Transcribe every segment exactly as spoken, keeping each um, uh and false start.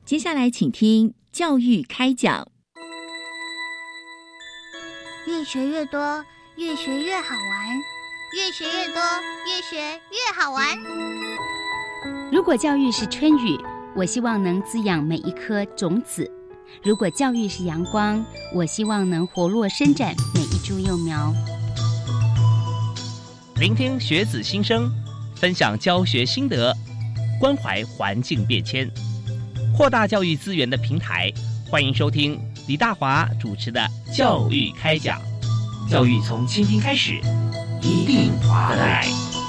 接下来请听教育开讲。 越学越多，越学越好玩，越学越多，越学越好玩。 如果教育是春雨，我希望能滋养每一颗种子；如果教育是阳光，我希望能活络伸展每一株幼苗。 聆听学子心声，分享教学心得，关怀环境变迁，扩大教育资源的平台。欢迎收听李大华主持的教育开讲。教育从倾听开始，一定划得来。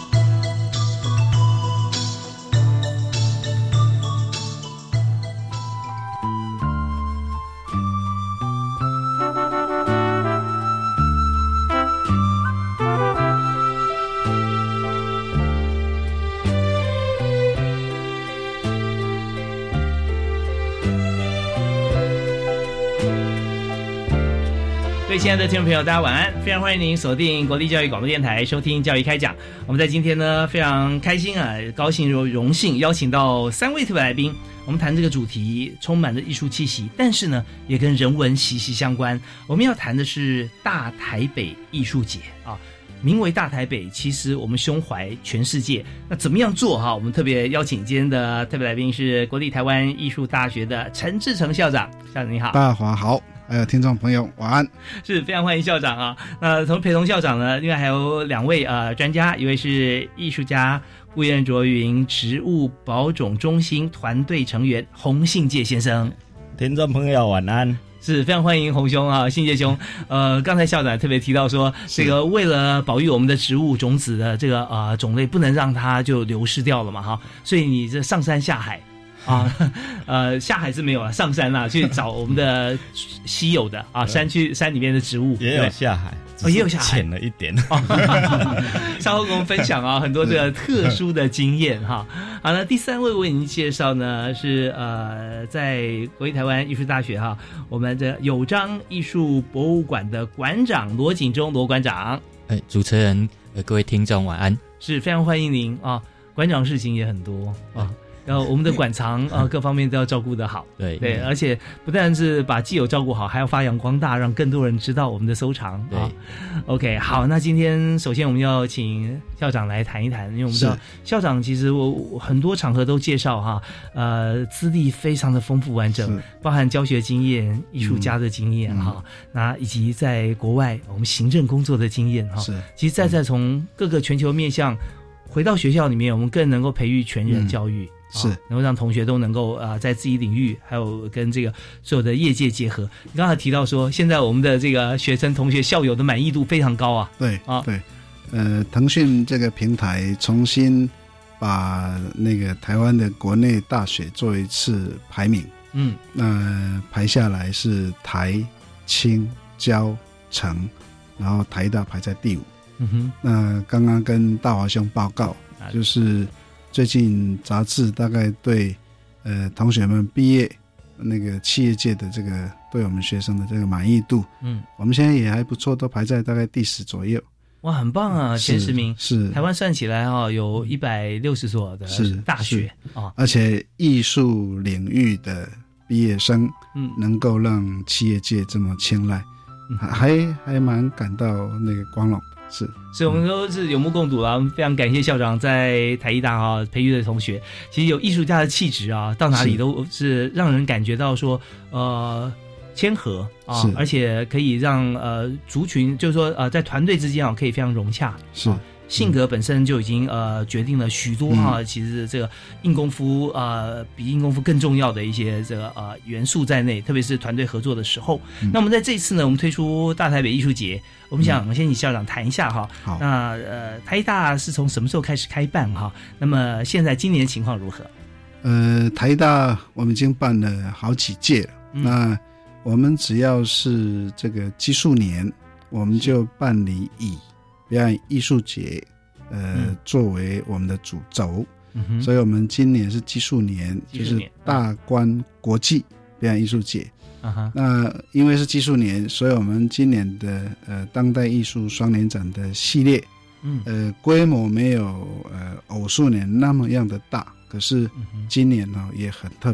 各位亲爱的听众朋友，大家晚安！非常欢迎您锁定国立教育广播电台，收听教育开讲。我们在今天呢，非常开心啊，高兴荣荣幸邀请到三位特别来宾。我们谈这个主题充满着艺术气息，但是呢，也跟人文息息相关。我们要谈的是大台北艺术节啊。名为大台北，其实我们胸怀全世界。那怎么样做哈？我们特别邀请今天的特别来宾是国立台湾艺术大学的陈志成校长。校长你好。 大华好，还有听众朋友晚安。 是非常欢迎校长啊。那同陪同校长呢，另外还有两位呃专家，一位是艺术家顾彦卓云植物保种中心团队成员洪信介先生。 听众朋友晚安。 是非常欢迎洪兄啊，信介兄。呃，刚才校长特别提到说，这个为了保育我们的植物种子的这个呃种类，不能让它就流失掉了嘛，哈。所以你这上山下海啊，呃，下海是没有了，上山啦，去找我们的稀有的啊山区山里面的植物， 也有下海。 哦，也有下海， 浅了一点。 稍后跟我们分享啊，很多这个特殊的经验哈。好，那第三位为您介绍呢是呃，在国立台湾艺术大学哈，我们的有章艺术博物馆的馆长罗景忠罗馆长。 哎，主持人、呃，各位听众晚安。 是非常欢迎您啊，馆长事情也很多啊。然后我们的馆藏啊、呃，各方面都要照顾得好， 对对，而且不但是把既有照顾好，还要发扬光大，让更多人知道我们的收藏啊。OK， 好，那今天首先我们要请校长来谈一谈，因为我们知道校长其实我我很多场合都介绍哈，呃，资历非常的丰富完整，包含教学经验、艺术家的经验哈、嗯，那以及在国外我们行政工作的经验哈。是，其实再再从各个全球面向回到学校里面，我们更能够培育全人教育。嗯是、哦、能够让同学都能够呃在自己领域还有跟这个所有的业界结合。你刚才提到说现在我们的这个学生同学校友的满意度非常高啊。 对啊，对，呃腾讯这个平台重新把那个台湾的国内大学做一次排名，嗯，那排下来是台清交成，然后台大排在第五。嗯哼，那刚刚跟大华兄报告就是最近杂志大概对呃同学们毕业那个企业界的这个对我们学生的这个满意度，嗯，我们现在也还不错，都排在大概第十左右。 哇，很棒啊，前十名是台湾算起来哈、哦，有一百六十所的大学啊， 而且艺术领域的毕业生，嗯，能够让企业界这么青睐，嗯、还还蛮感到那个光荣。是， 所以我们都是有目共睹啦。我们非常感谢校长在台艺大啊培育的同学，其实有艺术家的气质啊，到哪里都是让人感觉到说，呃，谦和啊，而且可以让呃族群，就是说呃在团队之间啊，可以非常融洽。是。啊性格本身就已经呃决定了许多哈、啊，其实这个硬功夫呃比硬功夫更重要的一些这个呃元素在内，特别是团队合作的时候。嗯、那我们在这一次呢，我们推出大台北艺术节，我们想先请校长谈一下哈。好，那呃台大是从什么时候开始开办哈？那么现在今年情况如何？ 呃，台大我们已经办了好几届了。嗯、那我们只要是这个基数年，我们就办理以表演艺术节，呃、嗯，作为我们的主轴、嗯，所以我们今年是基数年，就是大观国际表演艺术节。啊、那因为是基数年，所以我们今年的呃当代艺术双年展的系列，嗯，呃，规模没有呃偶数年那么样的大，可是今年呢、哦、也很特别，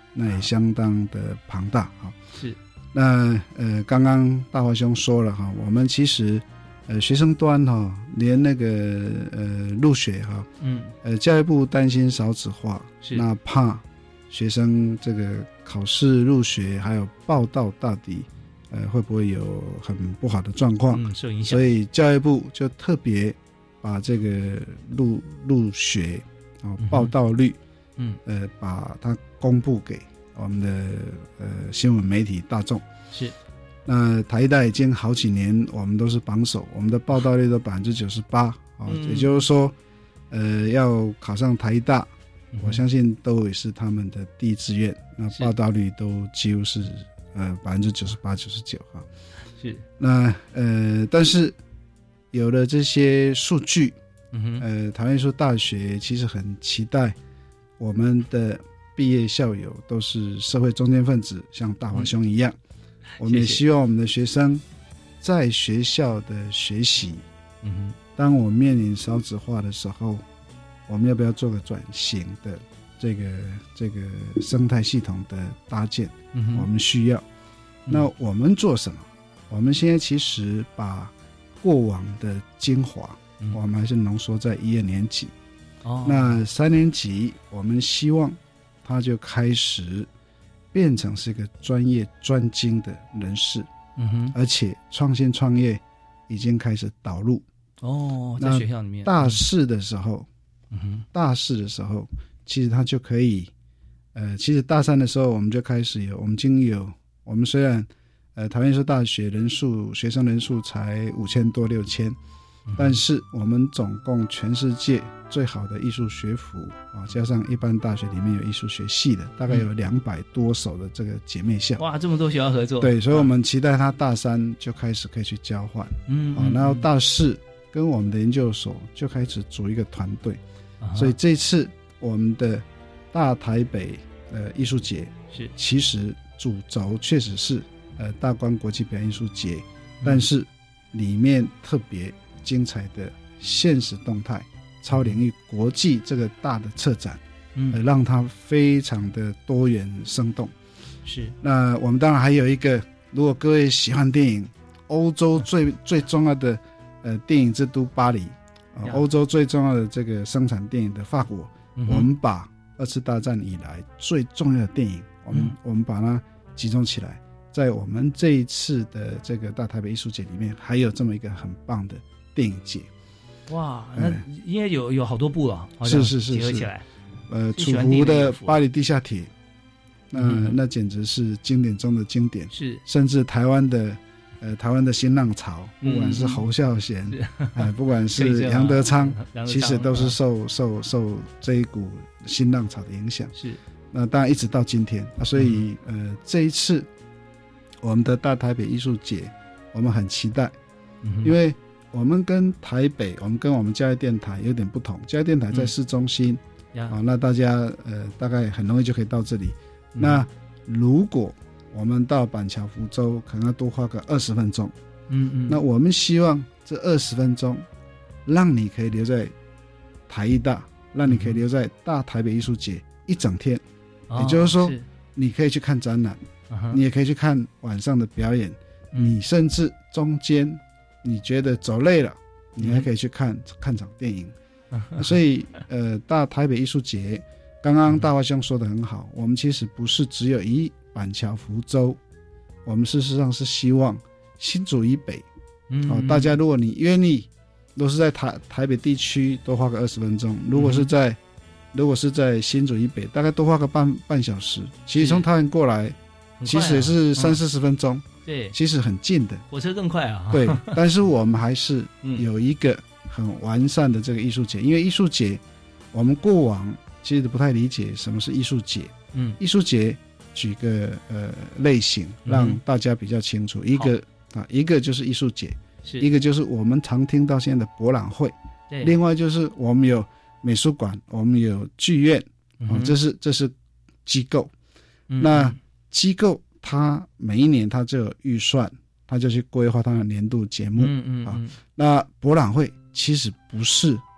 那也相当的庞大哈。 是， 那呃，刚刚大华兄说了哈，我们其实呃学生端哈，连那个呃入学哈，嗯，呃教育部担心少子化， 是， 那怕学生这个考试入学还有报到到底呃会不会有很不好的状况， 嗯，受影响， 所以教育部就特别把这个入入学啊、哦、报到率，嗯，呃把它公布给我们的呃新闻媒体大众。 是， 那台大已经好几年我们都是榜首，我们的报到率都百分之九十八啊，也就是说，呃要考上台大，嗯、我相信都也是他们的第一志愿，那报到率都几乎是呃百分之九十八、九十九哈。 是， 那呃但是有了这些数据，嗯哼，呃台湾艺术大学其实很期待我们的毕业校友都是社会中坚分子，像大华兄一样。嗯，我们也希望我们的学生在学校的学习，嗯哼，当我们面临少子化的时候，我们要不要做个转型的这个这个生态系统的搭建？嗯哼，我们需要。那我们做什么？我们现在其实把过往的精华，嗯、我们还是浓缩在一二年级。哦，那三年级我们希望他就开始变成是一个专业专精的人士，嗯哼，而且创新创业已经开始导入。 哦，在学校里面， 大四的时候，嗯哼，大四的时候，其实他就可以，呃，其实大三的时候我们就开始有，我们已经有，我们虽然，呃，台湾艺术大学人数学生人数才五千多六千。但是我们总共全世界最好的艺术学府啊，加上一般大学里面有艺术学系的，大概有两百多所的这个姐妹校。 哇，这么多学校合作。 对，所以我们期待他大三就开始可以去交换，嗯，啊，然后大四跟我们的研究所就开始组一个团队，啊，所以这次我们的大台北呃艺术节是其实主轴确实是呃大观国际表演艺术节，嗯，但是里面特别精彩的现实动态超领域国际这个大的策展，嗯，呃，让它非常的多元生动。是，那我们当然还有一个，如果各位喜欢电影，欧洲最、嗯、最重要的呃电影之都巴黎，呃、欧洲最重要的这个生产电影的法国，嗯，我们把二次大战以来最重要的电影，我们、嗯、我们把它集中起来，在我们这一次的这个大台北艺术节里面，还有这么一个很棒的电影节。 哇，那应该有有好多部了， 是是是， 结合起来。 呃，楚湖的巴黎地下铁，那、嗯、那简直是经典中的经典。是，甚至台湾的呃台湾的新浪潮，不管是侯孝贤，嗯、呃，不管是杨德昌，其实都是受受受这一股新浪潮的影响。是，那当然一直到今天啊，所以、嗯、呃这一次我们的大台北艺术节，我们很期待，嗯、因为我们跟台北，我们跟我们教育电台有点不同。教育电台在市中心，嗯啊、那大家呃大概很容易就可以到这里。嗯、那如果我们到板桥、福州，可能要多花个二十分钟。嗯嗯。那我们希望这二十分钟，让你可以留在台艺大，让你可以留在大台北艺术节一整天。哦、也就是说，是你可以去看展览，uh-huh. 你也可以去看晚上的表演，嗯、你甚至中间。你觉得走累了，你还可以去看、嗯、看场电影，所以呃，大台北艺术节，刚刚大华兄说的很好，我们其实不是只有以板桥、福州，我们事实上是希望新竹以北，嗯，哦，大家如果你愿意，都是在台台北地区多花个二十分钟，如果是在、嗯、如果是在新竹以北，大概多花个半半小时，其实从桃园过来，啊、其实也是三四十分钟。对，其实很近的， 火车更快啊。 对，但是我们还是有一个很完善的这个艺术节，因为艺术节，我们过往其实不太理解什么是艺术节。嗯，艺术节举个呃类型，让大家比较清楚。嗯、一个啊，一个就是艺术节，一个就是我们常听到现在的博览会。对，另外就是我们有美术馆，我们有剧院，嗯、啊，这是这是机构。嗯、那机构。他每一年他就有预算，他就去规划他的年度节目。嗯嗯啊，那博览会其实不是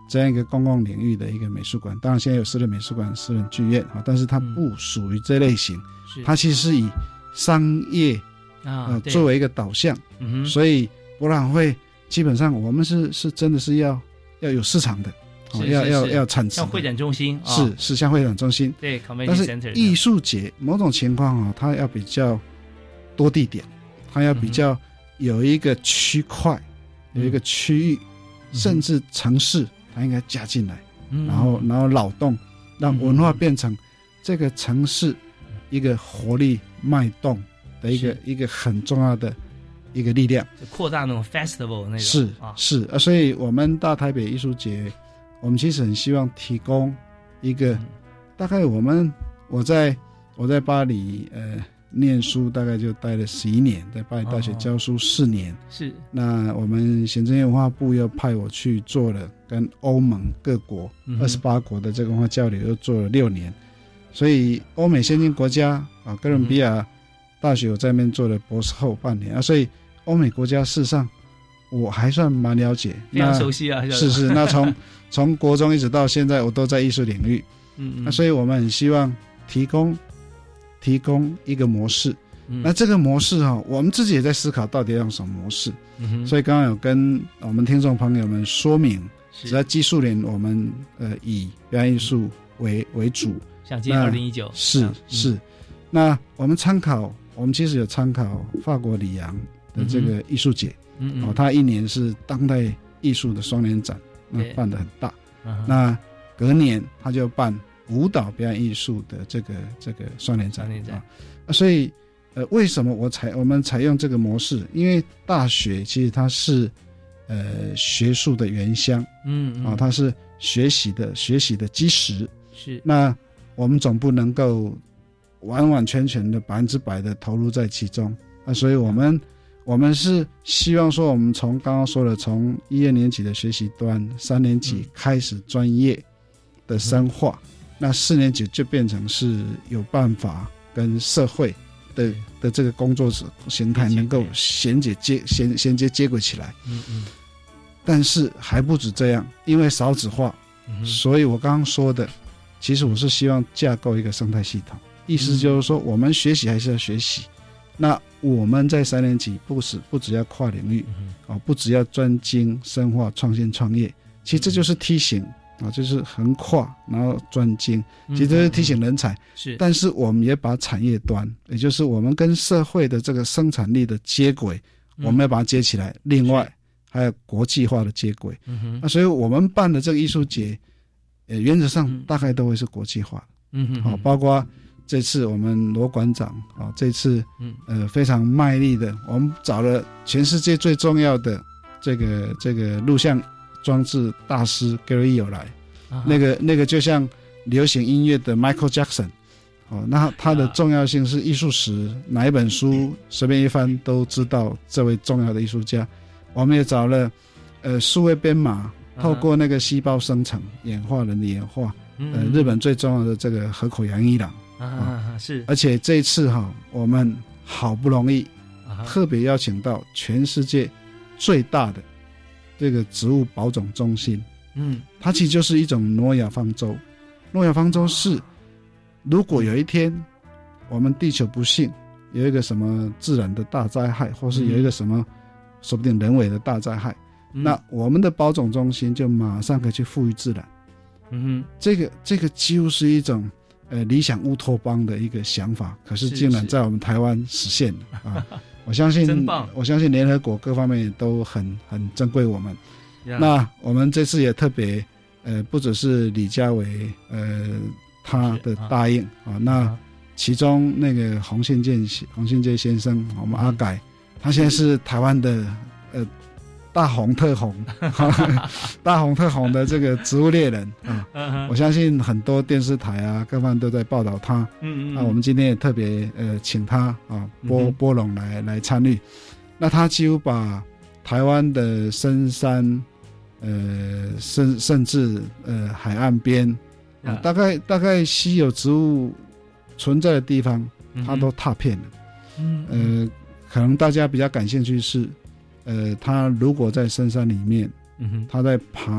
这样一个公共领域的一个美术馆。当然现在有私人美术馆、私人剧院啊，但是它不属于这类型，嗯、它其实是以商业啊、呃、作为一个导向，嗯、所以博览会基本上我们是是真的是要要有市场的。 是是是要要要产值， 像会展中心， 是、哦、是像会展中心， 对， 但是艺术节某种情况啊、哦，它要比较多地点，它要比较有一个区块、嗯，有一个区域，嗯、甚至城市，它应该加进来，嗯、然后然后扰动，让文化变成这个城市一个活力脉动的一个一个很重要的一个力量， 扩大那种 festival 那种， 是、啊、是啊，所以我们大台北艺术节。我们其实很希望提供一个，嗯、大概我们我在我在巴黎呃念书，大概就待了十一年，在巴黎大学教书四年。哦、是。那我们行政院文化部又派我去做了跟欧盟各国二十八国的这个文化交流，又做了六年。所以欧美先进国家啊，哥伦比亚大学我在那边做了博士后半年啊，所以欧美国家事实上我还算蛮了解， 非常熟悉啊。 是是，那从从国中一直到现在，我都在艺术领域。嗯嗯。那所以我们很希望提供提供一个模式。嗯、那这个模式哈、哦，我们自己也在思考到底要用什么模式。嗯哼。所以刚刚有跟我们听众朋友们说明，只在技术年我们呃以表演艺术为为主。 像今年二零一九。 是、嗯、是。那我们参考，我们其实有参考法国里昂的这个艺术节。嗯嗯。哦，它一年是当代艺术的双年展。那办得很大，那隔年他就办舞蹈表演艺术的这个这个双年展啊，所以呃，为什么我采我们采用这个模式？因为大学其实它是呃学术的原乡，嗯啊，它是学习的学习的基石，是。那我们总不能够完完全全的百分之百的投入在其中啊，所以我们。我们是希望说，我们从刚刚说的，从一二年级的学习端，三年级开始专业的深化，嗯、那四年级就变成是有办法跟社会的的这个工作形态能够衔接接衔衔接接轨起来。嗯嗯。但是还不止这样，因为少子化，嗯、所以我刚刚说的，其实我是希望架构一个生态系统，意思就是说，我们学习还是要学习。那我们在三年级不是不只要跨领域，嗯哦、不只要专精深化创新创业，其实这就是梯形啊，就是横跨然后专精，其实这是梯形人才。嗯、是，但是我们也把产业端，也就是我们跟社会的这个生产力的接轨，嗯、我们要把它接起来。另外还有国际化的接轨。嗯那所以我们办的这个艺术节，呃，原则上大概都会是国际化。嗯哼，好、哦，包括。这次我们罗馆长啊，这次呃非常卖力的，我们找了全世界最重要的这个这个录像装置大师 Gary 有来，啊、那个那个就像流行音乐的 Michael Jackson， 哦，那他的重要性是艺术史，哪一本书随便一翻都知道这位重要的艺术家。我们也找了呃数位编码，透过那个细胞生成演化人的演化，呃日本最重要的这个河口洋一郎。啊，是，而且这一次哈，我们好不容易特别邀请到全世界最大的这个植物保种中心，嗯，它其实就是一种诺亚方舟。诺亚方舟是，如果有一天我们地球不幸有一个什么自然的大灾害，或是有一个什么，说不定人为的大灾害，嗯、那我们的保种中心就马上可以去赋予自然。嗯哼，这个这个几乎是一种。呃，理想乌托邦的一个想法，可是竟然在我们台湾实现了啊！我相信，真棒！我相信联合国各方面也都很很珍贵我们。Yeah. 那我们这次也特别，呃，不只是李家维呃他的答应啊，啊，那其中那个洪信健洪信健先生，我们阿改，他现在是台湾的呃。大红特红，大红特红的这个植物猎人啊，嗯、我相信很多电视台啊，各方都在报道他。嗯嗯。那我们今天也特别呃请他啊波波隆来来参与。那他几乎把台湾的深山，呃甚甚至呃海岸边，啊、大概大概稀有植物存在的地方，他都踏遍了。嗯。呃，可能大家比较感兴趣是。呃，他如果在深山里面，嗯哼，他在爬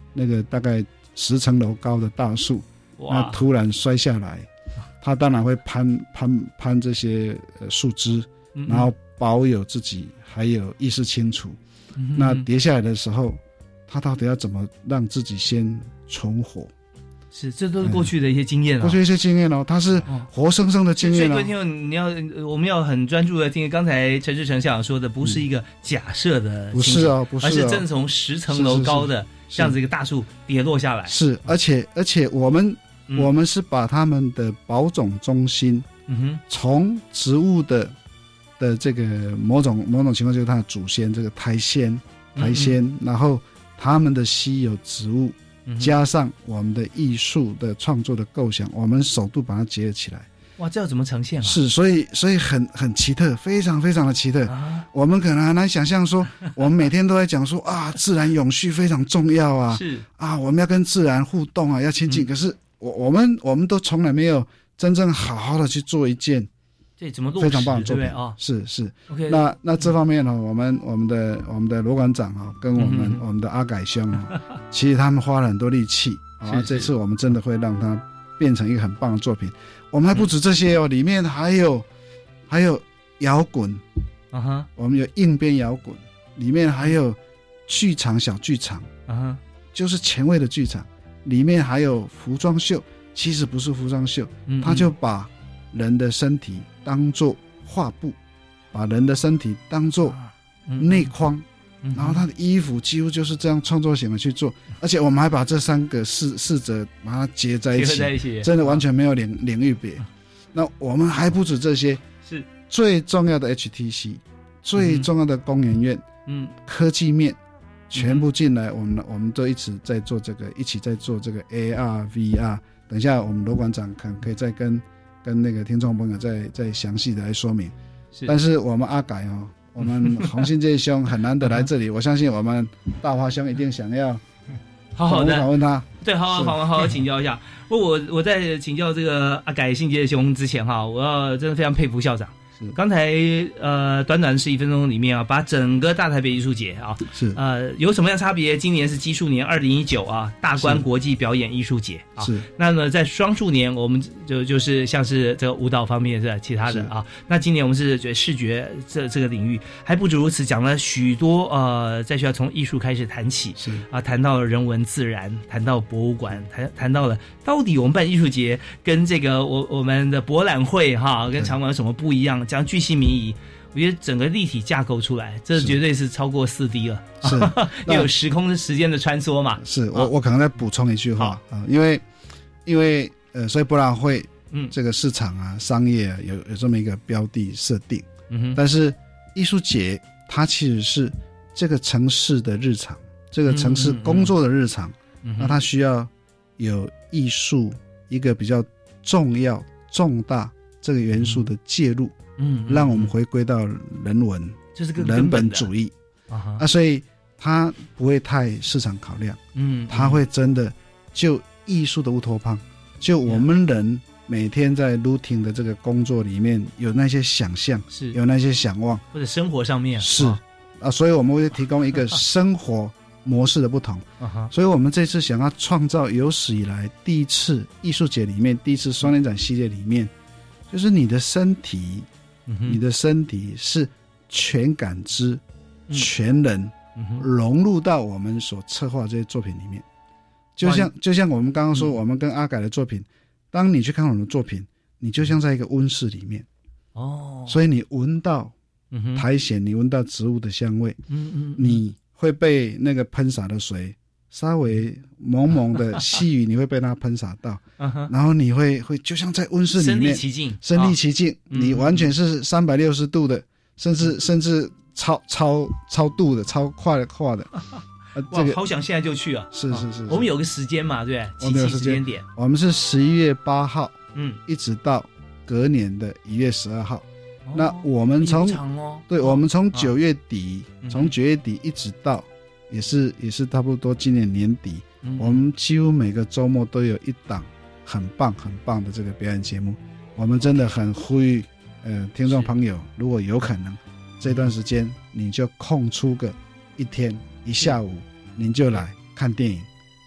那个大概十层楼高的大树，那突然摔下来，他当然会攀攀攀这些呃树枝，嗯、然后保有自己还有意识清楚。嗯、那跌下来的时候，他到底要怎么让自己先存活？ 是，这都是过去的一些经验了、哦。 过去一些经验哦，它是活生生的经验、哦。 所以，各位听众，你要我们要很专注的听刚才陈志成校长说的，不是一个假设的、嗯， 不是哦，不是、哦， 而是真的从十层楼高的这样子一个大树跌落下来。 是，而且而且我们、嗯、我们是把他们的保种中心，嗯哼，从植物的的这个某种某种情况就是它的祖先这个苔藓苔藓、嗯，然后他们的稀有植物。加上我们的艺术的创作的构想，我们首度把它结合起来。 哇，这要怎么呈现啊？ 是，所以所以很很奇特，非常非常的奇特。啊、我们可能很难想象说，我们每天都在讲说啊，自然永续非常重要啊，是啊，我们要跟自然互动啊，要亲近。嗯、可是我我们我们都从来没有真正好好的去做一件。 这怎么落实？ 非常棒的作品啊！是是。OK， 那那这方面呢、哦，我们我们的我们的罗馆长啊、哦，跟我们、嗯、我们的阿改兄啊、哦，其实他们花了很多力气啊。这次我们真的会让它变成一个很棒的作品。我们还不止这些哦，嗯、里面还有还有摇滚，啊哈，我们有硬边摇滚，里面还有剧场小剧场，啊哈，就是前卫的剧场，里面还有服装秀，其实不是服装秀，嗯嗯他就把人的身体当作画布，把人的身体当作内框、嗯嗯、然后他的衣服几乎就是这样创作型的去做，而且我们还把这三个四四者把它结在一起，在一起真的完全没有领领域别、嗯、那我们还不止这些，是最重要的 H T C、嗯、最重要的工研院，嗯，科技面全部进来，我们我们都一起在做这个，一起在做这个 A R V R。 等一下我们罗馆长可能可以再跟跟那个听众朋友再再详细的来说明。是，但是我们阿改哦，我们鸿信这兄很难得来这里，我相信我们大华兄一定想要好好的访问他， 对，好好访问，好好请教一下。不过我我在请教这个阿改信介兄之前哈，我要真的非常佩服校长。刚才呃短短十几分钟里面啊，把整个大台北艺术节啊，是呃有什么样差别？今年是奇数年二零一九啊，大观国际表演艺术节啊，是。那么在双数年，我们就就是像是这个舞蹈方面是其他的啊。那今年我们是觉得视觉这这个领域，还不止如此，讲了许多呃，在学校从艺术开始谈起，是啊，谈到了人文自然，谈到博物馆，谈谈到了到底我们办艺术节跟这个我我们的博览会哈，跟场馆有什么不一样？讲巨细靡遗，我觉得整个立体架构出来，这绝对是超过四 D 了，是又有时空时间的穿梭嘛。是我、哦、我可能再补充一句话啊，因为因为呃，所以博览会嗯这个市场啊、商业啊有有这么一个标的设定，嗯哼，但是艺术节它其实是这个城市的日常，这个城市工作的日常，嗯、那它需要有艺术一个比较重要重大这个元素的介入，嗯，让我们回归到人文，就是个人本主义啊，啊，所以它不会太市场考量，嗯，它会真的就艺术的乌托邦，就我们人每天在 routine 的这个工作里面有那些想象，是有那些想望，或者生活上面是、哦、啊，所以我们会提供一个生活模式的不同，所以我们这次想要创造有史以来第一次艺术节里面第一次双年展系列里面。就是你的身体、嗯、你的身体是全感知、嗯、全人、嗯、融入到我们所策划这些作品里面，就像就像我们刚刚说、嗯、我们跟阿改的作品，当你去看我们的作品，你就像在一个温室里面哦，所以你闻到苔藓、嗯、你闻到植物的香味，嗯嗯，你会被那个喷洒的水稍微蒙蒙的细雨，你会被它喷洒到，然后你会会就像在温室里面身临其境，身临其境，你完全是三百六十度的，甚至甚至超超超度的，超快快的。呃，这个好想现在就去啊！是是是，我们有个时间嘛，对不对？我们有时间点，我们是十一月八号，嗯，一直到隔年的一月十二号。那我们从对，我们从九月底，从九月底一直到。也是也是差不多今年年底、嗯、我们几乎每个周末都有一档很棒很棒的这个表演节目，我们真的很呼吁呃听众朋友，如果有可能这段时间你就空出个一天一下午，您就来看电影，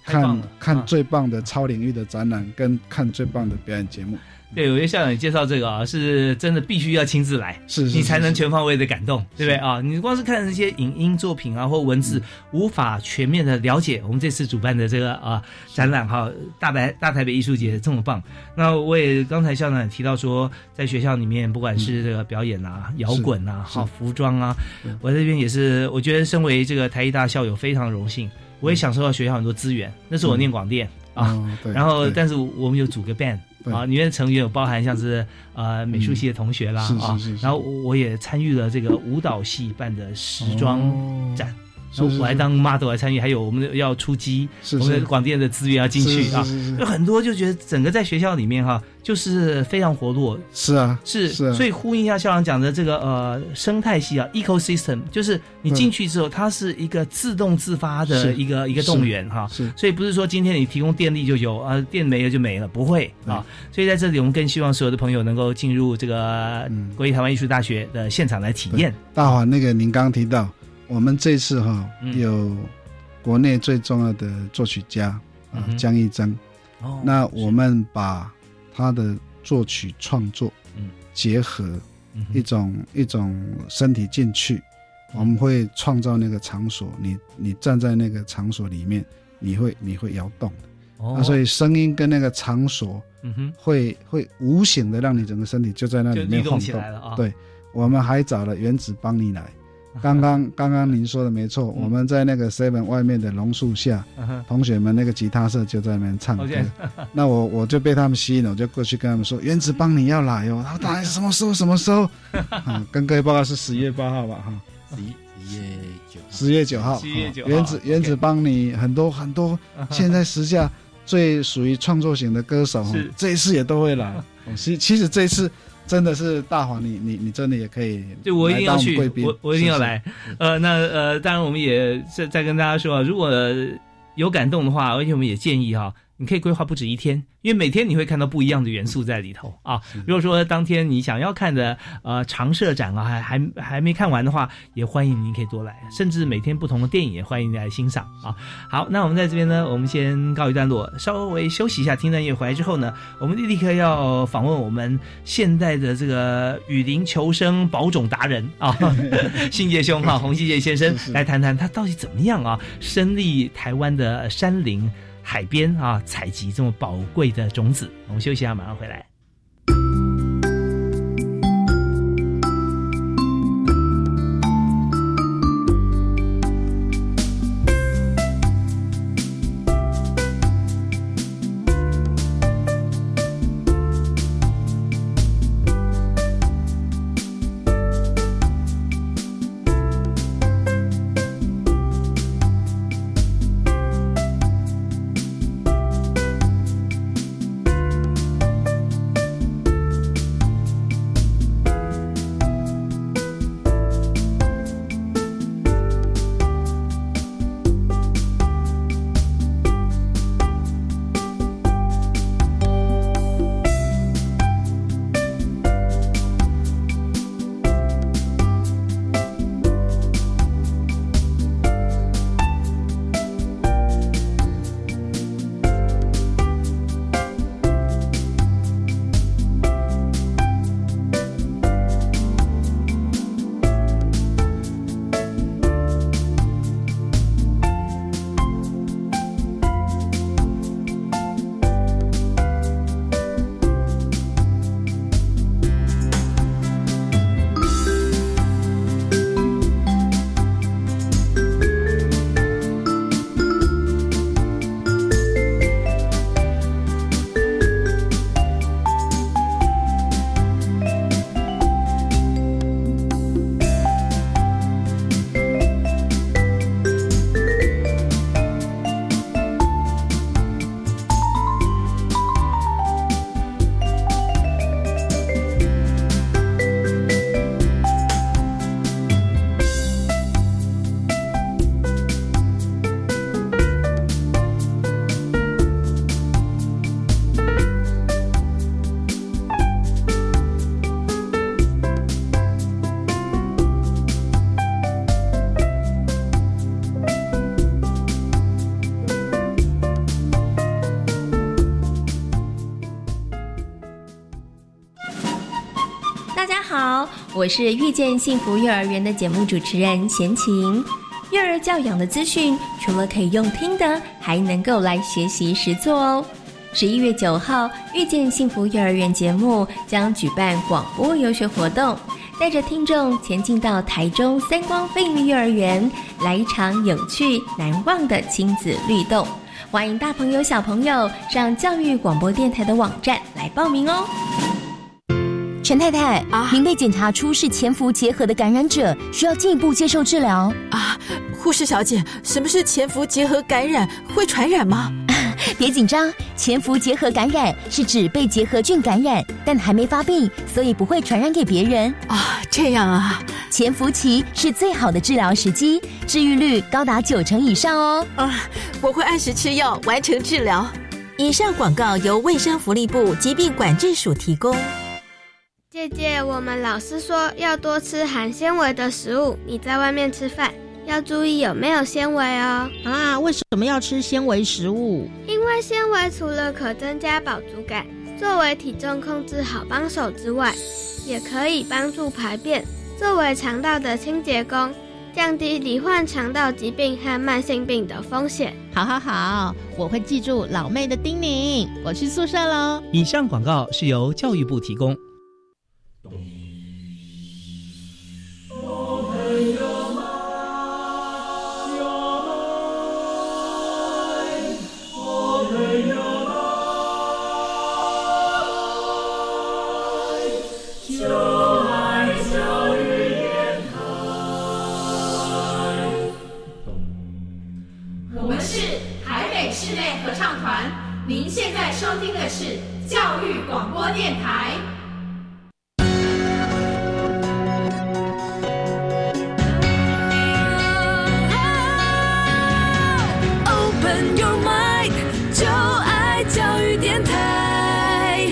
看看最棒的超领域的展览，跟看最棒的表演节目。 对，我觉得校长介绍这个啊，是真的必须要亲自来， 是你才能全方位的感动，对不对啊？你光是看那些影音作品啊或文字，嗯、无法全面的了解我们这次主办的这个啊展览哈，大台大台北艺术节这么棒。那我也刚才校长也提到说，在学校里面不管是这个表演啊、摇滚啊、好服装啊，我这边也是，我觉得身为这个台艺大校友非常荣幸，我也享受到学校很多资源。那是我念广电、嗯、啊、哦，对，然后但是我们有组个 band。啊，里面的成员有包含像是呃美术系的同学啦、 嗯、 啊，然后我也参与了这个舞蹈系办的时装展。哦，然后我还当 model 来参与，还有我们要出击，我们的广电的资源要进去啊，有很多就觉得整个在学校里面哈，就是非常活络。 是啊， 是， 是啊， 所以呼应一下校长讲的这个呃生态系啊 ，ecosystem， 就是你进去之后，它是一个自动自发的一个一个动员哈， 是， 所以不是说今天你提供电力就有啊，电没了就没了，不会啊。所以在这里，我们更希望所有的朋友能够进入这个国立台湾艺术大学的现场来体验。 大华，那个您刚刚提到。我们这次哈、哦嗯、有国内最重要的作曲家啊江一征，哦，那我们把他的作曲创作结合一种、嗯、一种身体进去，我们会创造那个场所，你你站在那个场所里面，你会你会摇动的，哦，啊，所以声音跟那个场所，嗯哼，会会无形的让你整个身体就在那里面晃动起来了啊。 对，我们还找了原子邦尼来。刚刚刚刚您说的没错，嗯、我们在那个 seven 外面的榕树下，嗯、同学们那个吉他社就在那边唱歌。Okay. 那我我就被他们吸引了，我就过去跟他们说：“原子邦你要来哦！”他说：“来什么时候？什么时候？”啊，跟各位报告是十月八号吧？哈， 十十月九， 十月九号， 十月九号， 原子原子邦你很多很多，现在时下最属于创作型的歌手，这一次也都会来。其其实这一次。真的是大华，你你你真的也可以， 就我一定要去，我我一定要来。 是是呃，那呃，当然我们也再再跟大家说啊，如果有感动的话，而且我们也建议哈，你可以规划不止一天，因为每天你会看到不一样的元素在里头啊。如果说当天你想要看的呃常设展啊，还还还没看完的话，也欢迎您可以多来，甚至每天不同的电影也欢迎你来欣赏啊。好，那我们在这边呢，我们先告一段落，稍微休息一下，听段音乐回来之后呢，我们立刻要访问我们现代的这个雨林求生保种达人啊，信介兄哈，洪信介先生来谈谈他到底怎么样啊，身历台湾的山林。海边啊，采集这么宝贵的种子。我们休息一下，马上回来。 大家好，我是遇见幸福幼儿园的节目主持人贤琴。幼儿教养的资讯除了可以用听的，还能够来学习实作哦。十一月九号，遇见幸福幼儿园节目将举办广播游学活动，带着听众前进到台中三光飞鱼幼儿园，来一场有趣难忘的亲子律动。欢迎大朋友小朋友上教育广播电台的网站来报名哦。 陈太太啊，您被检查出是潜伏结核的感染者，需要进一步接受治疗啊。护士小姐，什么是潜伏结核感染？会传染吗？ 别紧张，潜伏结核感染是指被结核菌感染，但还没发病，所以不会传染给别人啊。这样啊， 潜伏期是最好的治疗时机，治愈率高达九成以上哦。 啊，我会按时吃药，完成治疗。以上广告由卫生福利部疾病管制署提供。 姐姐，我们老师说要多吃含纤维的食物，你在外面吃饭要注意有没有纤维哦。 啊，为什么要吃纤维食物？ 因为纤维除了可增加饱足感，作为体重控制好帮手之外，也可以帮助排便，作为肠道的清洁工，降低罹患肠道疾病和慢性病的风险。 好好好，我会记住老妹的叮咛，我去宿舍咯。 以上广告是由教育部提供。 您现在收听的是教育广播电台。Open your mind， 就爱教育电台。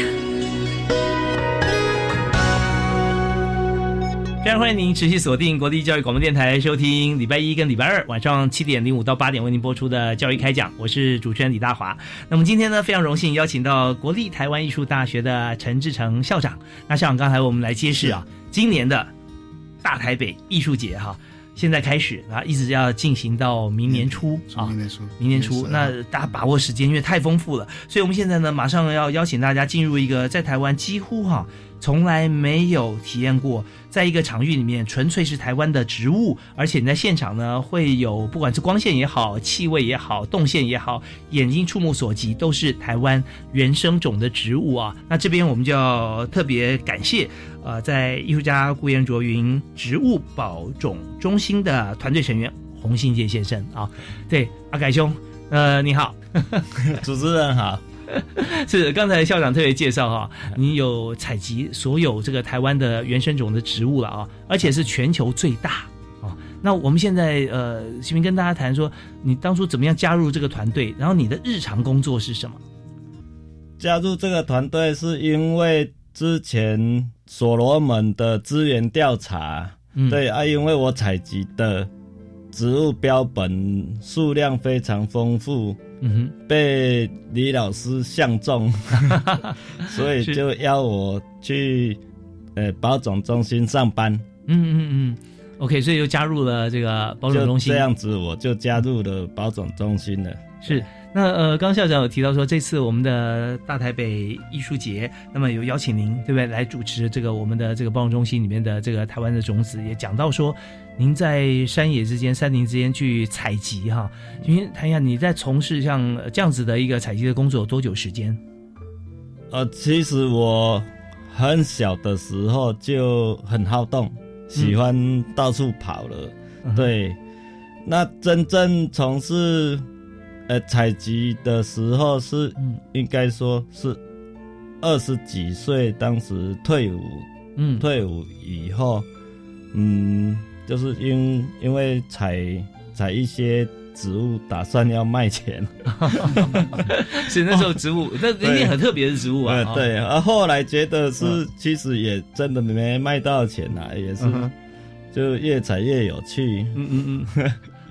非常欢迎您持续锁定国立教育广播电台，收听礼拜一跟礼拜二晚上七点零五到八点为您播出的教育开讲，我是主持人李大华。那么今天呢，非常荣幸邀请到国立台湾艺术大学的陈志成校长。那校长刚才我们来揭示啊，今年的大台北艺术节哈、啊，现在开始啊，一直要进行到明年初、嗯、啊， 明年初， 明年初。那大家把握时间，因为太丰富了，所以我们现在呢，马上要邀请大家进入一个在台湾几乎哈、啊。从来没有体验过，在一个场域里面纯粹是台湾的植物，而且你在现场呢会有不管是光线也好，气味也好，动线也好，眼睛触目所及都是台湾原生种的植物啊。那这边我们就要特别感谢呃，在艺术家顾炎卓云植物保种中心的团队成员洪信介先生啊。对，阿改兄，呃，你好。 主持人好。 是刚才校长特别介绍哈，你有采集所有这个台湾的原生种的植物了啊，而且是全球最大啊。那我们现在呃，请您跟大家谈说，你当初怎么样加入这个团队，然后你的日常工作是什么？ 加入这个团队是因为之前所罗门的资源调查，嗯、对啊，因为我采集的植物标本数量非常丰富。嗯哼，被李老师相中，所以就邀我去呃保种中心上班。 嗯嗯嗯 ，OK， 所以就加入了这个保种中心。 就这样子，我就加入了保种中心了。 是，那呃，刚校长有提到说，这次我们的大台北艺术节，那么有邀请您，对不对，来主持这个我们的这个保种中心里面的这个台湾的种子，也讲到说，您在山野之间、山林之间去采集哈，您谈一下你在从事像这样子的一个采集的工作有多久时间？ 呃，其实我很小的时候就很好动，喜欢到处跑了。嗯、对，那真正从事呃采集的时候是，嗯、应该说是二十几岁，当时退伍，嗯，退伍以后，嗯。就是因因为采采一些植物，打算要卖钱， 是那时候植物，那一定很特别的植物啊。 呃、对，而、啊、后来觉得是、嗯，其实也真的没卖到钱啊，也是，嗯、就越采越有趣。 嗯嗯嗯。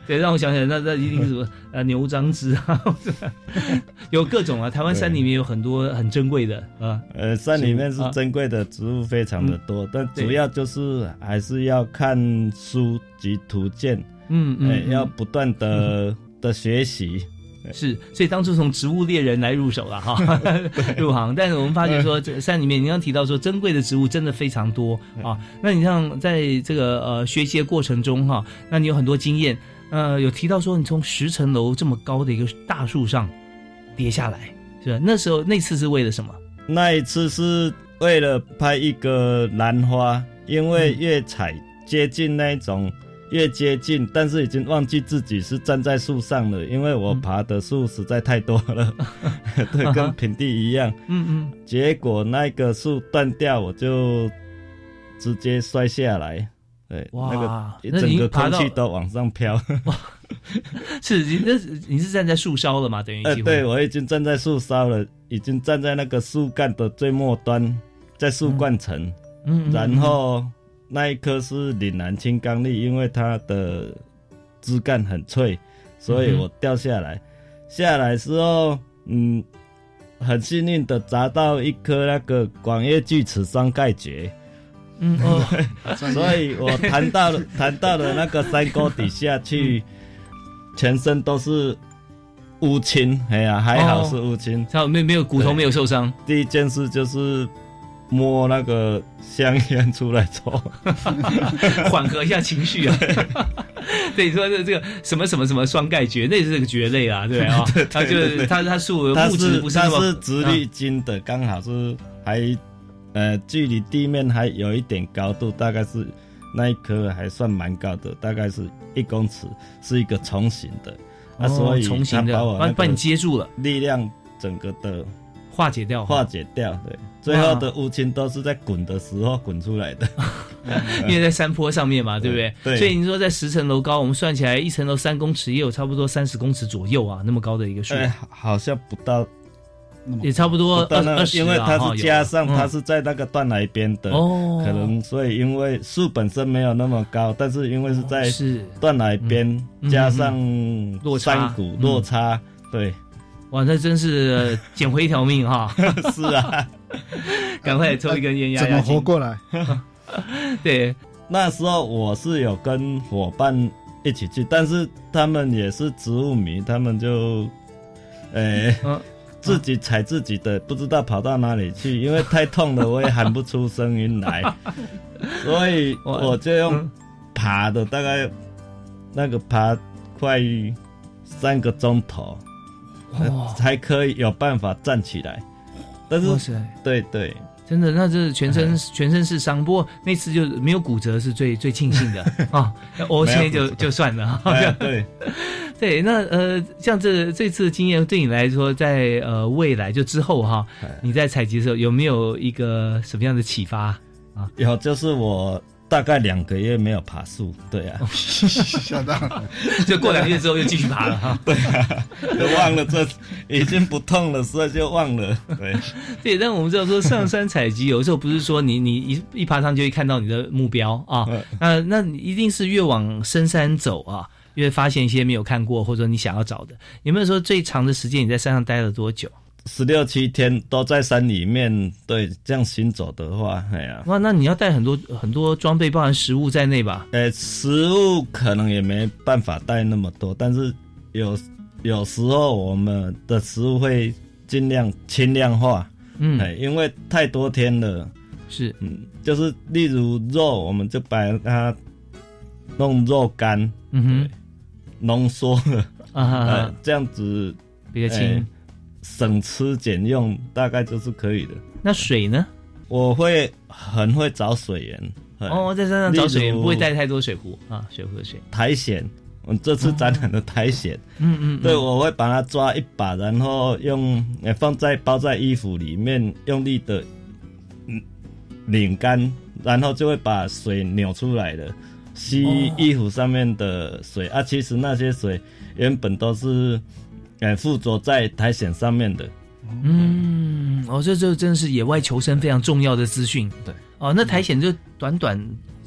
对，让我想起来，那那一定是什么呃牛樟芝啊，有各种啊。台湾山里面有很多很珍贵的啊， 呃，山里面是珍贵的植物非常的多，嗯、但主要就是还是要看书及图鉴， 嗯嗯、欸， 要不断的、嗯、的学习。 是，所以当初从植物猎人来入手了哈，入行。但是我们发觉说，这山里面你刚刚提到说，珍贵的植物真的非常多啊。那你像在这个呃学习的过程中哈，那你有很多经验，呃，有提到说你从十层楼这么高的一个大树上跌下来，是吧？那时候那次是为了什么？ 那一次是为了拍一个兰花，因为越踩接近那一种。越接近，但是已经忘记自己是站在树上了，因为我爬的树实在太多了，嗯、对，跟平地一样。嗯嗯。结果那个树断掉，我就直接摔下来，对， 哇， 那个整个空气都往上飘。哇， 是，那你是站在树梢了吗？等于呃，对，我已经站在树梢了，已经站在那个树干的最末端，在树冠层，嗯，嗯然后。那一棵是岭南青冈栎，因为它的枝干很脆，所以我掉下来。嗯、下来之后，嗯，很幸运的砸到一颗那个广叶锯齿双盖蕨。嗯哦，所以我弹到了弹到了那个山沟底下去，全身都是乌青。哎呀，还好是乌青， 哦、没没有骨头没有受伤。 第一件事就是。摸那个香烟出来抽， 缓和一下情绪啊。对，你说这这个什么什么什么双盖蕨，那是这个蕨类啊，对啊，对它就是它它树木质不是它是直立茎的，刚、啊、好是还呃距离地面还有一点高度，大概是那一棵还算蛮高的，大概是一公尺，是一个虫形的， 哦、 啊，所以虫形的把我那把你接住了， 力量整个的化解掉， 化解掉，对。最后的乌青都是在滚的时候滚出来的， 因为在山坡上面嘛，对不对？ 对。 所以你说在十层楼高，我们算起来一层楼三公尺，也有差不多三十公尺左右啊，那么高的一个树。 哎，好像不到， 也差不多二十， 因为它是加上它是在那个断崖边的，哦，可能所以因为树本身没有那么高，但是因为是在断崖边加上山谷落差，对。 哇，那真是捡回一条命哈！ 是啊， 赶快抽一根烟压压惊。 怎么活过来？ 对， 那时候我是有跟伙伴一起去，但是他们也是植物迷，他们就，诶、欸嗯，自己踩自己的，不知道跑到哪里去，因为太痛了，我也喊不出声音来，所以我就用爬的，大概那个爬快三个钟头。哦、才可以有办法站起来，但是对对， 真的，那这全身全身是伤，不过那次就没有骨折是最最庆幸的啊，我现在就就算了， 哎、对对，那呃，像这这次的经验对你来说，在呃未来就之后哈，你在采集的时候有没有一个什么样的启发啊？ 有，就是我。大概两个月没有爬树，对啊， 吓到了， 就过两个月之后又继续爬了哈， 对啊，就忘了这已经不痛了，所以就忘了，对， 对，但我们知道说上山采集，有时候不是说你你一一爬上就会看到你的目标啊，那那你一定是越往深山走啊，越发现一些没有看过或者你想要找的。有没有说最长的时间你在山上待了多久？ 十六七天都在山里面，对，这样行走的话，哎呀， 哇，那你要带很多很多装备，包含食物在内吧？ 呃，食物可能也没办法带那么多，但是有有时候我们的食物会尽量轻量化，嗯，哎，因为太多天了， 是， 嗯，就是例如肉，我们就把它弄肉干，嗯哼，浓缩了，啊哈哈、呃，这样子比较轻。 省吃俭用大概就是可以的。 那水呢？ 我会很会找水源。 哦，在山上找水源不会带太多水壶啊，水壶的水。 苔藓，我这次展览的苔藓，嗯嗯，对，我会把它抓一把，然后用放在包在衣服里面，用力的拧干，然后就会把水扭出来了，吸衣服上面的水、哦、啊。其实那些水原本都是。呃，附着在苔藓上面的， 嗯，哦，这这真是野外求生非常重要的资讯。 对， 哦，那苔藓就短短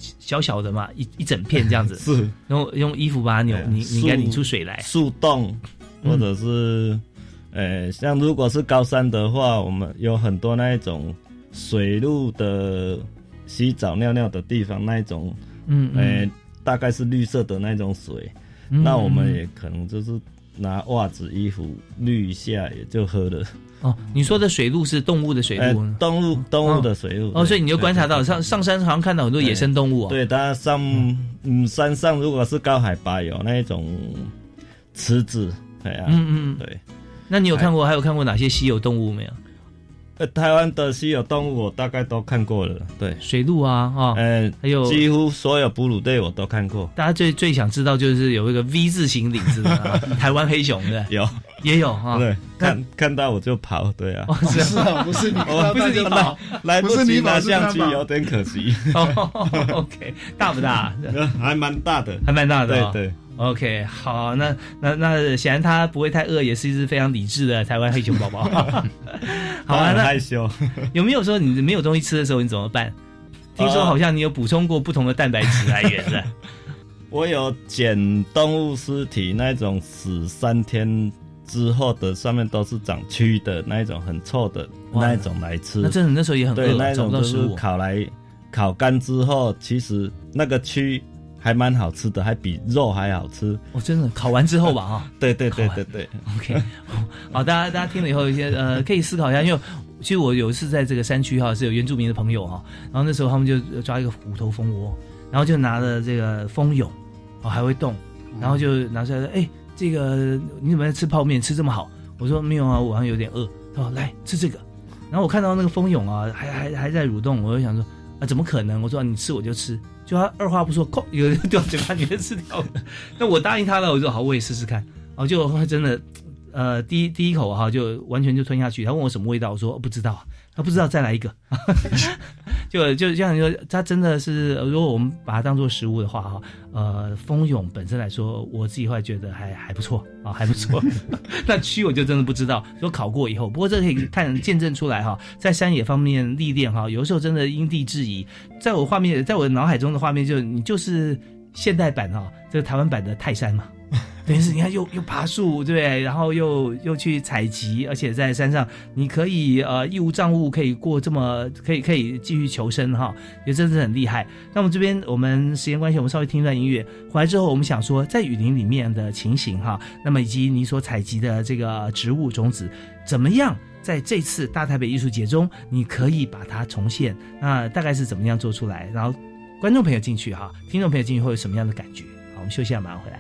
小小的嘛，一一整片这样子， 是用用衣服把它扭，你你应该拧出水来。 树洞，或者是，呃、嗯，像如果是高山的话，我们有很多那一种水路的洗澡尿尿的地方，那一种，嗯，呃，大概是绿色的那种水，嗯、那我们也可能就是拿袜子、衣服滤一下，也就喝了。 哦，你说的水路是动物的水路， 呃、动物动物的水路。 哦，所以你就观察到上上山好像看到很多野生动物哦。 对，它上嗯山上如果是高海拔有那一种池子，对啊，嗯嗯对。 那你有看过还有看过哪些稀有动物没有？ 呃，台湾的稀有动物我大概都看过了，对， 水鹿啊，哦， 呃， 还有几乎所有哺乳类我都看过。 大家最最想知道就是有一个 V 字形领子的、啊、台湾黑熊的， 有也有哈、哦， 对，看看到我就跑，对啊， 哦、是啊，不是你， 哦、不是你跑， 来不及拿相机，有点可惜。 哦 ，OK， 大不大？ 还蛮大的， 还蛮大的、哦， 对对。 OK， 好，那那那显然它不会太饿，也是一只非常理智的台湾黑熊宝宝。好啊，那害羞。 有没有说你没有东西吃的时候你怎么办？听说好像你有补充过不同的蛋白质来源的。 我有捡动物尸体，那种死三天之后的，上面都是长蛆的那一种，很臭的那一种来吃。 那真的那时候也很饿， 对，那一种就是烤来烤干之后，其实那个蛆还蛮好吃的，还比肉还好吃。 哦，真的，烤完之后吧，啊， 对对对对对 ，OK， 好，大家大家听了以后，有些呃可以思考一下，因为其实我有一次在这个山区哈，是有原住民的朋友哈，然后那时候他们就抓一个虎头蜂窝，然后就拿了这个蜂蛹，哦还会动，然后就拿出来说，哎、欸，这个你怎么在吃泡面吃这么好？我说没有啊，我好像有点饿。他说来吃这个，然后我看到那个蜂蛹啊，还还还在蠕动，我就想说啊，怎么可能？我说、啊、你吃我就吃。就他二话不说，哐，有人掉嘴巴里面吃掉了。那我答应他了，我说好，我也试试看。哦，就真的，呃，第一第一口哈，就完全就吞下去。他问我什么味道，我说、哦、不知道。他不知道，再来一个。就就像你说，他真的是，如果我们把它当做食物的话哈，呃，蜂蛹本身来说，我自己会觉得还还不错啊，还不错。那蛆我就真的不知道，说烤过以后，不过这可以看见证出来哈，在山野方面历练哈，有的时候真的因地制宜。在我画面，在我脑海中的画面，就你就是现代版哈，这个台湾版的泰山嘛。等于是你看又又爬树，对不对？然后又又去采集，而且在山上你可以呃义无障物，可以过这么可以可以继续求生哈，也真是很厉害。那我们这边我们时间关系，我们稍微听一段音乐，回来之后我们想说在雨林里面的情形哈，那么以及你所采集的这个植物种子怎么样？在这次大台北艺术节中，你可以把它重现，那大概是怎么样做出来？然后观众朋友进去哈，听众朋友进去会有什么样的感觉？好，我们休息一下，马上回来。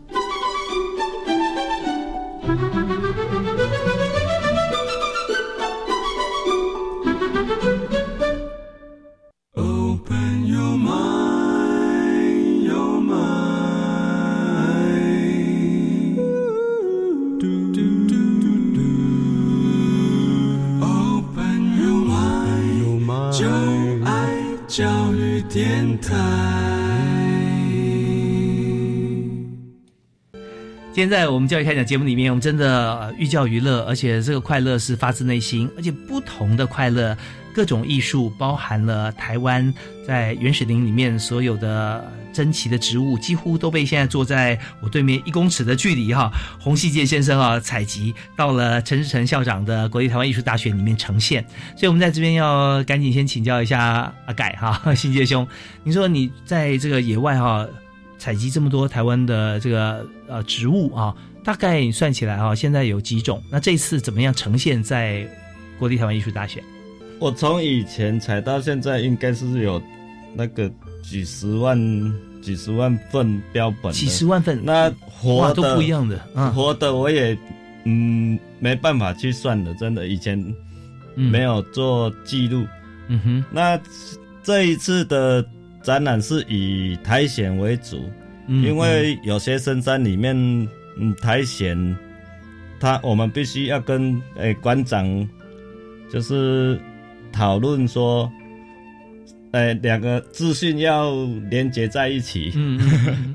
Open your mind, your mind. Do, do, do, do, do. Open your mind, your mind. 就爱教育电台。 现在我们教育开讲节目里面，我们真的寓教于乐，而且这个快乐是发自内心，而且不同的快乐，各种艺术包含了台湾在原始林里面所有的珍奇的植物，几乎都被现在坐在我对面一公尺的距离哈，洪熙介先生啊采集到了陈志诚校长的国立台湾艺术大学里面呈现。所以我们在这边要赶紧先请教一下阿改哈，新介兄，你说你在这个野外哈采集这么多台湾的这个呃植物啊，大概你算起来啊，现在有几种？那这次怎么样呈现在国立台湾艺术大学？ 我从以前采到现在，应该是有那个几十万、几十万份标本， 几十万份， 那活的都不一样的， 嗯、活的我也嗯没办法去算的，真的以前没有做记录。 嗯哼， 那这一次的展览是以苔藓为主，嗯、因为有些深山里面，嗯，苔藓，它我们必须要跟诶馆长就是讨论说，诶两个资讯要连接在一起。 嗯嗯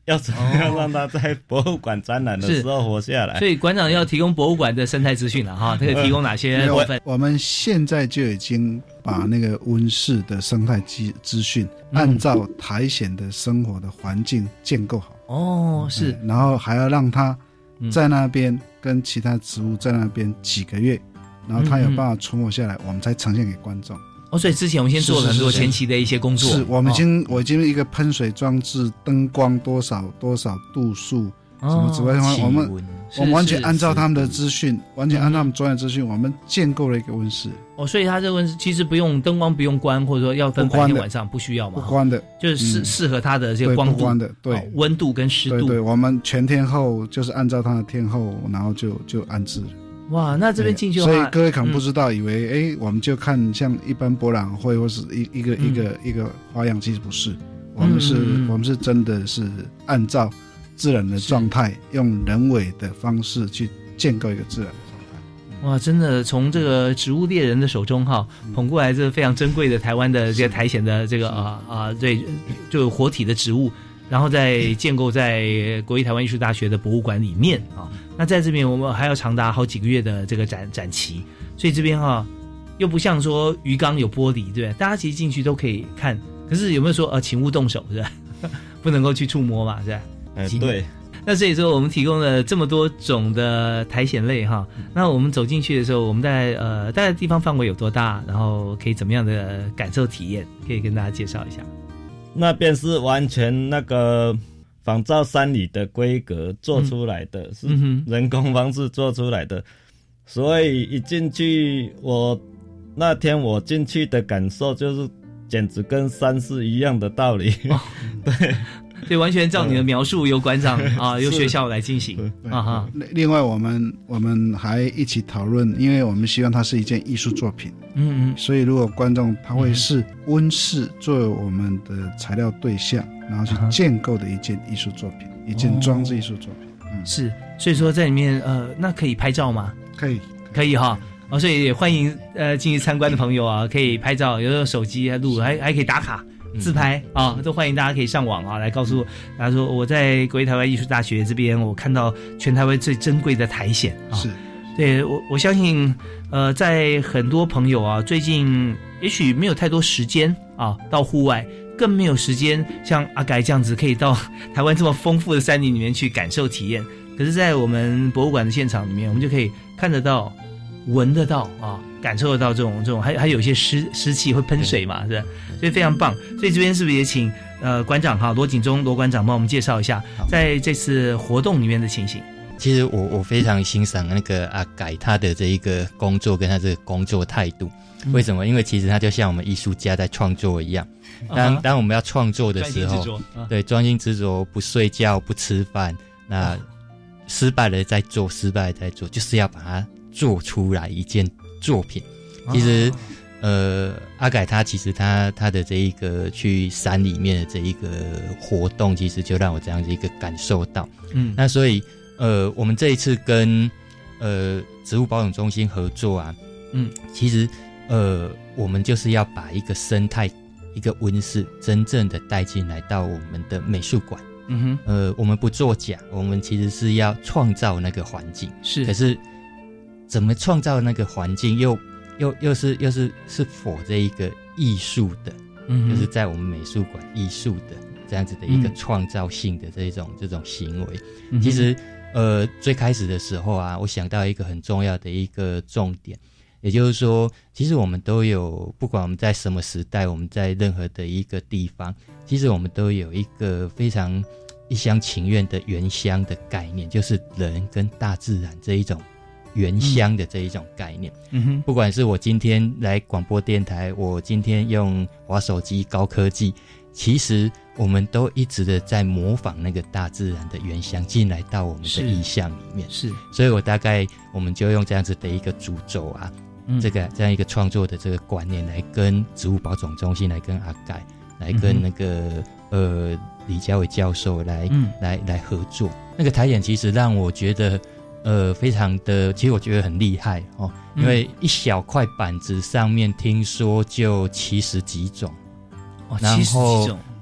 要怎么样让它在博物馆展览的时候活下来？ 所以馆长要提供博物馆的生态资讯了哈，这个提供哪些部分？ 我们现在就已经把那个温室的生态资讯按照苔藓的生活的环境建构好。 哦，是、 嗯，然后还要让它在那边跟其他植物在那边几个月，然后它有办法存活下来，我们才呈现给观众。 哦，所以之前我们先做了很多前期的一些工作。 是, 是, 是, 是我们已经、哦、我已经一个喷水装置，灯光多少多少度数，什么紫外线，我们我们完全按照他们的资讯，完全按照他们专业资讯，我们建构了一个温室。 哦，所以它这个温室其实不用灯光不用关，或者说要分白天晚上不需要嘛？ 不关的， 就是适、嗯、适合它的这个光度， 不关的，对、哦， 温度跟湿度。 对对，我们全天候就是按照它的天候，然后就就安置了。 哇，那这边进去的话， 所以各位可能不知道，嗯、以为哎，我们就看像一般博览会或是一一个、嗯、一个一个花样，其实不是，我们是、嗯、我们是真的是按照自然的状态，用人为的方式去建构一个自然的状态。 哇，真的从这个植物猎人的手中哈捧过来这个非常珍贵的台湾的这个苔藓的这个啊啊对，就活体的植物。然后再建构在国立台湾艺术大学的博物馆里面啊，那在这边我们还要长达好几个月的这个展展期，所以这边哈、啊、又不像说鱼缸有玻璃，对不对？大家其实进去都可以看，可是有没有说呃请勿动手，是吧？不能够去触摸嘛，是吧？ 哎、呃，对。 那所以说我们提供了这么多种的苔藓类哈，那我们走进去的时候，我们大概呃大概地方范围有多大，然后可以怎么样的感受体验，可以跟大家介绍一下。 那边是完全那个仿照山里的规格做出来的，嗯、是人工方式做出来的，所以一进去，我那天我进去的感受就是，简直跟山是一样的道理。哦、对， 对，完全照你的描述，由馆长啊，由学校来进行啊哈。 另外，我们我们还一起讨论，因为我们希望它是一件艺术作品。嗯嗯，所以如果观众他会视温室作为我们的材料对象，然后去建构的一件艺术作品，一件装置艺术作品。嗯， 是，所以说在里面呃，那可以拍照吗？ 可以， 可以哈。哦，所以也欢迎呃进去参观的朋友啊，可以拍照，有用手机还录，还还可以打卡。自拍啊，都欢迎大家可以上网啊，来告诉大家说我在国立台湾艺术大学这边，我看到全台湾最珍贵的苔藓啊。 是， 对我我相信，呃，在很多朋友啊，最近也许没有太多时间啊，到户外，更没有时间像阿改这样子可以到台湾这么丰富的山林里面去感受体验。可是，在我们博物馆的现场里面，我们就可以看得到、闻得到啊，感受得到这种这种，还还有一些湿湿气会喷水嘛，是吧？所以非常棒。所以这边是不是也请呃馆长哈罗景忠罗馆长帮我们介绍一下，在这次活动里面的情形？ 其实我我非常欣赏那个阿改他的这一个工作跟他这个工作态度。嗯、为什么？因为其实他就像我们艺术家在创作一样。当、uh-huh. 当我们要创作的时候，uh-huh. 对，专心执着，不睡觉，不吃饭，那、uh-huh. 失败了再做，失败了再做，就是要把它做出来一件作品。Uh-huh. 其实。呃，阿改他其实他他的这一个去山里面的这一个活动，其实就让我这样子一个感受到。嗯，那所以呃，我们这一次跟呃植物保养中心合作啊，嗯，其实呃，我们就是要把一个生态、一个温室真正的带进来到我们的美术馆。嗯哼，呃，我们不作假，我们其实是要创造那个环境。是，可是怎么创造那个环境又？又又是又是是否这一个艺术的，嗯，就是在我们美术馆艺术的这样子的一个创造性的这种、嗯、这种行为。嗯、其实呃最开始的时候啊，我想到一个很重要的一个重点，也就是说，其实我们都有，不管我们在什么时代，我们在任何的一个地方，其实我们都有一个非常一厢情愿的原乡的概念，就是人跟大自然这一种。原乡的这一种概念，嗯哼，不管是我今天来广播电台，我今天用滑手机高科技，其实我们都一直的在模仿那个大自然的原乡进来到我们的意象里面，是，所以我大概我们就用这样子的一个主轴啊，嗯、这个这样一个创作的这个观念来跟植物保种中心，来跟阿改，来跟那个、嗯、呃李家伟教授来、嗯、来来合作。那个苔藓其实让我觉得。呃，非常的，其实我觉得很厉害哦，因为一小块板子上面听说就七十几种， 哦，然后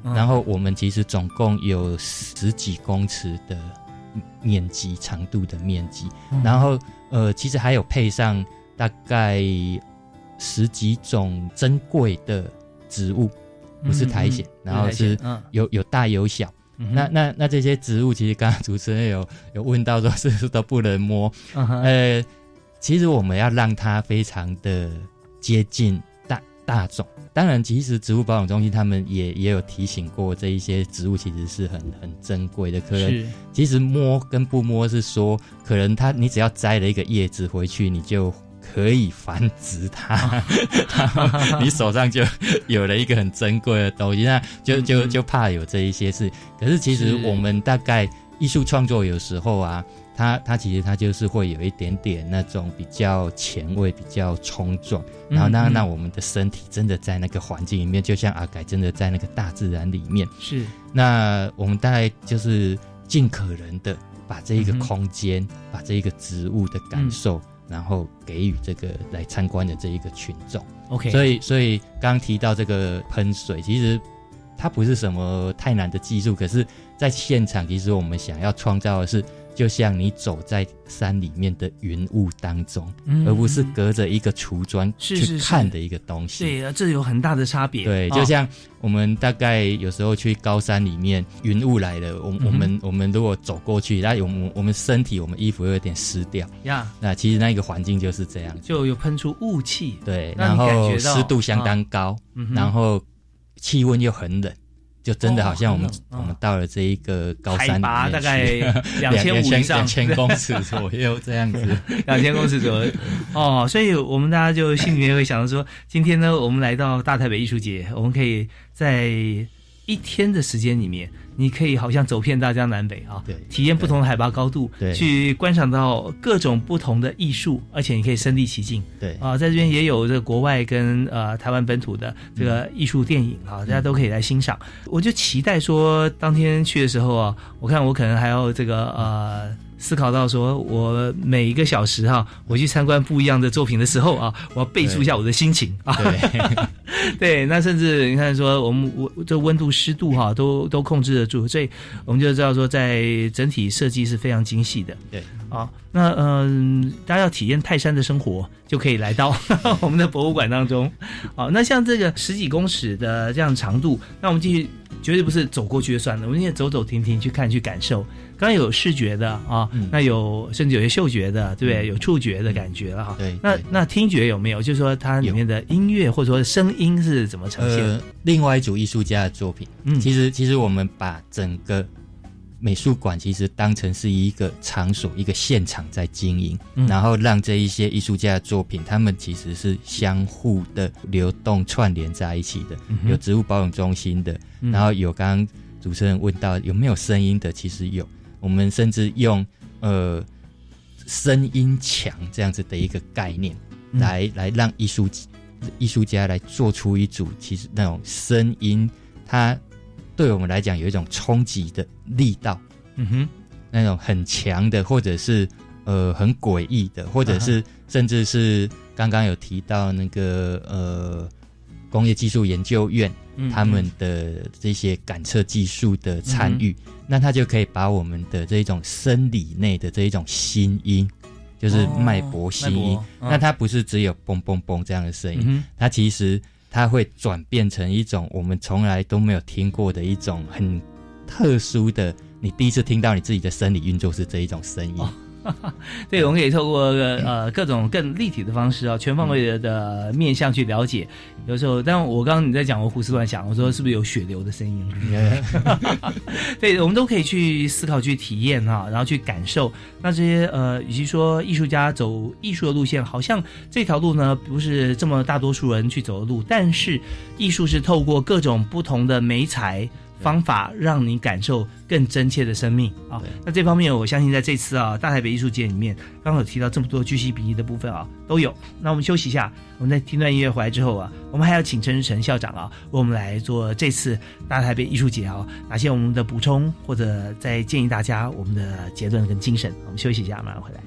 嗯、然后我们其实总共有十几公尺的面积，长度的面积，嗯、然后呃，其实还有配上大概十几种珍贵的植物，不是苔藓，嗯、然后是有有大有小。嗯、那那那这些植物，其实刚刚主持人有有问到说是不是都不能摸？嗯、呃，其实我们要让它非常的接近大大众。当然，其实植物保养中心他们也也有提醒过，这一些植物其实是很很珍贵的。可能其实摸跟不摸是说，可能它你只要摘了一个叶子回去，你就可以繁殖它，你手上就有了一个很珍贵的东西，那就就就怕有这一些事。可是其实我们大概艺术创作有时候啊，它它其实它就是会有一点点那种比较前卫、比较冲撞，然后让让我们的身体真的在那个环境里面，就像阿改真的在那个大自然里面。是，那我们大概就是尽可能的把这一个空间、嗯、把这一个植物的感受。嗯，然后给予这个来参观的这一个群众 ，OK， 所以所以刚刚提到这个喷水，其实它不是什么太难的技术，可是在现场，其实我们想要创造的是，就像你走在山里面的云雾当中，嗯、而不是隔着一个橱窗去看的一个东西。 对啊，这有很大的差别。 对，就像我们大概有时候去高山里面，云雾来了，我、嗯、我们我们如果走过去，那我们我们身体我们衣服有点湿掉呀。那其实那个环境就是这样， 就有喷出雾气。 对，然后湿度相当高，啊、然后气温又很冷。就真的好像我们、哦、我们到了这一个高山里面，海拔大概两千五以上， 两千公尺左右这样子， 两千公尺左右哦。所以我们大家就心里面会想到说，今天呢，我们来到大台北艺术节，我们可以在一天的时间里面，你可以好像走遍大江南北啊，对，体验不同的海拔高度，对，去观赏到各种不同的艺术，而且你可以身临其境，对啊，在这边也有这个国外跟呃台湾本土的这个艺术电影啊，嗯、大家都可以来欣赏。我就期待说，当天去的时候啊，我看我可能还要这个呃。思考到说，我每一个小时哈、啊，我去参观不一样的作品的时候啊，我要备注一下我的心情啊。对，对，那甚至你看说，我们我这温度、湿度哈、啊，都都控制得住，所以我们就知道说，在整体设计是非常精细的。对，啊，那嗯、呃，大家要体验泰山的生活，就可以来到我们的博物馆当中。好，那像这个十几公尺的这样长度，那我们继续。绝对不是走过去就算了，我们也走走停停去看去感受。刚刚有视觉的啊，嗯、那有甚至有些嗅觉的，对不对？有触觉的感觉了哈。对，那那听觉有没有？就是说它里面的音乐或者说声音是怎么呈现？ 呃，另外一组艺术家的作品，嗯，其实其实我们把整个美术馆其实当成是一个场所、一个现场在经营，嗯、然后让这一些艺术家的作品，他们其实是相互的流动串联在一起的。嗯、有植物保养中心的，嗯、然后有刚刚主持人问到有没有声音的，其实有。我们甚至用呃声音墙这样子的一个概念，嗯、来来让艺术艺术家来做出一组其实那种声音，它。对我们来讲有一种冲击的力道，嗯哼，那种很强的，或者是呃很诡异的，或者是、uh-huh. 甚至是刚刚有提到那个呃工业技术研究院、嗯、他们的这些感测技术的参与、嗯，那他就可以把我们的这种生理内的这一种心音，就是脉搏心音，哦、那它不是只有嘣嘣嘣这样的声音，嗯、它其实。它会转变成一种我们从来都没有听过的一种很特殊的，你第一次听到你自己的生理运作是这一种声音。哦对，我们可以透过呃各种更立体的方式啊，全方位的的面向去了解。有时候，但我刚刚你在讲，我胡思乱想，我说是不是有血流的声音？对，我们都可以去思考、去体验哈，然后去感受。那这些呃，与其说艺术家走艺术的路线，好像这条路呢不是这么大多数人去走的路，但是艺术是透过各种不同的媒材。方法让你感受更真切的生命啊！那这方面我相信在这次啊大台北艺术节里面，刚刚有提到这么多居心比例的部分啊，都有。那我们休息一下，我们在听段音乐回来之后啊，我们还要请陈日成校长啊，为我们来做这次大台北艺术节啊哪些我们的补充，或者再建议大家我们的结论跟精神。我们休息一下，马上回来。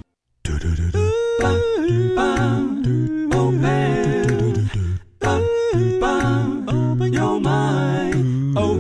Open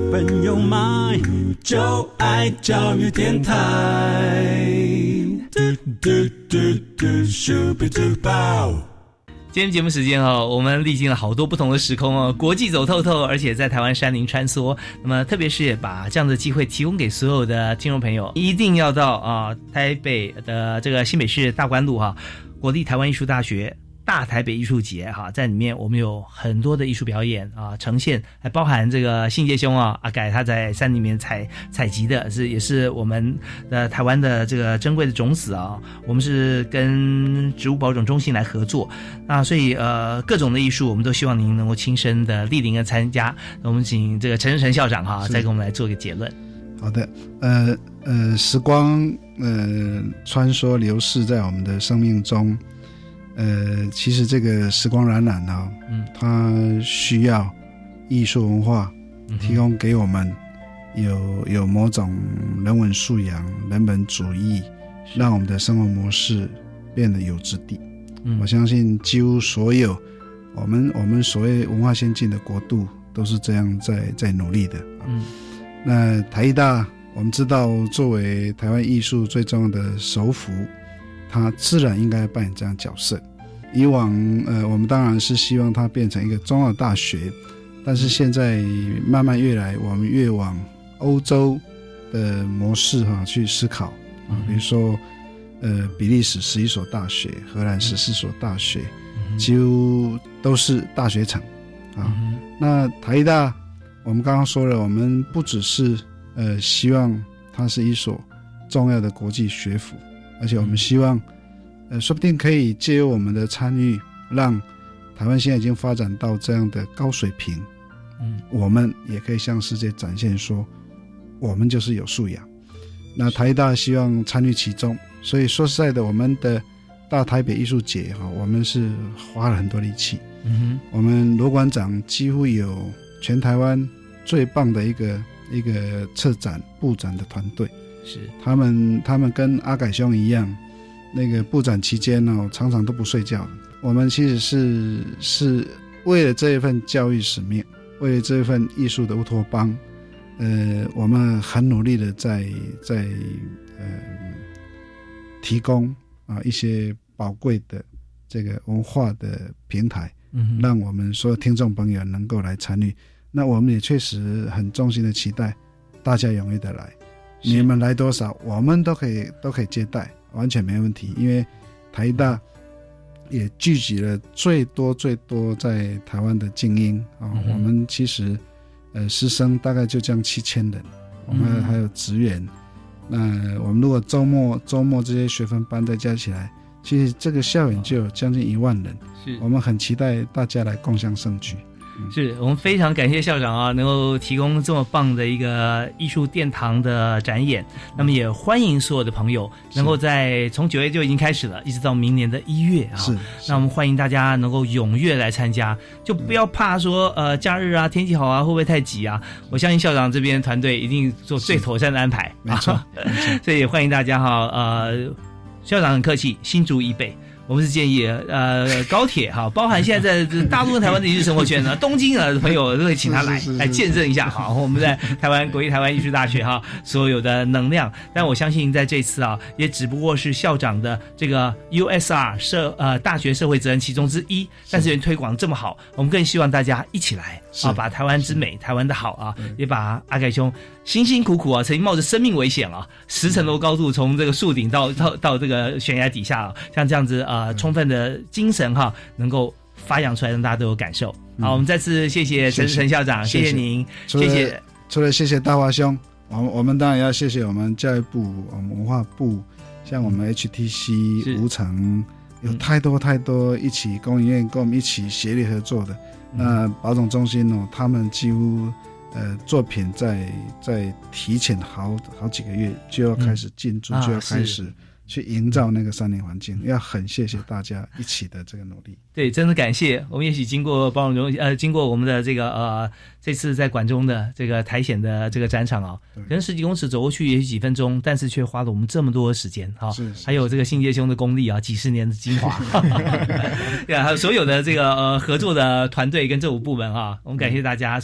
有 My， 就爱教育电台。嘟嘟嘟嘟咻比嘟爆。 今天节目时间哦，我们历经了好多不同的时空哦，国际走透透，而且在台湾山林穿梭。那么，特别是把这样的机会提供给所有的听众朋友，一定要到啊、呃、台北的这个新北市大关路哈，国立台湾艺术大学大台北艺术节哈，在里面我们有很多的艺术表演啊呈现，还包含这个信介兄啊阿改他在山里面采采集的是也是我们的台湾的这个珍贵的种子啊，我们是跟植物保种中心来合作啊，所以呃各种的艺术我们都希望您能够亲身的莅临和参加。我们请这个陈陈校长哈再给我们来做一个结论。 好的，呃呃，时光呃穿梭流逝在我们的生命中。呃，其实这个时光荏苒啊，嗯，它需要艺术文化提供给我们有有某种人文素养、人本主义，让我们的生活模式变得有质地。嗯，我相信几乎所有我们我们所谓文化先进的国度都是这样在在努力的。嗯，那台艺大我们知道作为台湾艺术最重要的首府，它自然应该扮演这样的角色。以往呃，我们当然是希望它变成一个中央的大学，但是现在慢慢越来我们越往欧洲的模式哈、啊、去思考啊，比如说呃，比利时十一所大学，荷兰十四所大学，几乎都是大学城啊。那台艺大我们刚刚说了，我们不只是呃希望它是一所重要的国际学府，而且我们希望呃，说不定可以借由我们的参与，让台湾现在已经发展到这样的高水平，嗯，我们也可以向世界展现说，我们就是有素养。那台大希望参与其中，所以说实在的，我们的大台北艺术节哈，我们是花了很多力气。嗯哼，我们罗馆长几乎有全台湾最棒的一个一个策展布展的团队，是他们他们跟阿改兄一样。那个布展期间呢、哦，常常都不睡觉。我们其实是是为了这一份教育使命，为了这一份艺术的乌托邦，呃，我们很努力的在在呃提供啊一些宝贵的这个文化的平台，嗯，让我们所有听众朋友能够来参与。那我们也确实很衷心的期待大家踊跃的来，你们来多少，我们都可以都可以接待。完全没问题，因为台大也聚集了最多最多在台湾的精英啊、哦嗯。我们其实呃师生大概就这样七千人，我们还有职员。嗯、那我们如果周末周末这些学分班再加起来，其实这个校园就有将近一万人。是，我们很期待大家来共襄盛举。 是我们非常感谢校长啊，能够提供这么棒的一个艺术殿堂的展演。那么也欢迎所有的朋友能够在从九月就已经开始了，一直到明年的一月啊。是，那我们欢迎大家能够踊跃来参加，就不要怕说呃假日啊天气好啊会不会太挤啊。我相信校长这边团队一定做最妥善的安排。没错，所以也欢迎大家哈。呃，校长很客气，新竹以北。我们是建议呃高铁哈，包含现在在大部分台湾的艺术生活圈呢，东京的朋友都可以请他来是是是是来见证一下哈，我们在台湾国立台湾艺术大学哈所有的能量。但我相信在这次啊，也只不过是校长的这个 U S R 社呃大学社会责任其中之一，但是推广这么好，我们更希望大家一起来啊，把台湾之美、台湾的好啊，也把阿凯兄辛辛苦苦啊，曾经冒着生命危险啊，十层楼高度从这个树顶到到到这个悬崖底下啊，像这样子啊。呃，充分的精神哈，能够发扬出来，让大家都有感受。好，我们再次谢谢陈陈校长，谢谢您，谢谢。 除了谢谢大华兄，我们我们当然要谢谢我们教育部、我们文化部，像我们 H T C、吴成，有太多太多一起工研院跟我们一起协力合作的。嗯、那保种中心哦，他们几乎呃作品在在提前好好几个月就要开始进驻，嗯、就要开始。啊去营造那个山林环境，要很谢谢大家一起的这个努力。 对，真的感谢。我们也许经过包容中呃，经过我们的这个呃，这次在馆中的这个苔藓的这个展场啊，可能十几公尺走过去也许几分钟，但是却花了我们这么多的时间哈、哦。是, 是。还有这个信介兄的功力啊，几十年的精华。对啊，还有所有的这个呃合作的团队跟政府部门啊，我们感谢大家。所以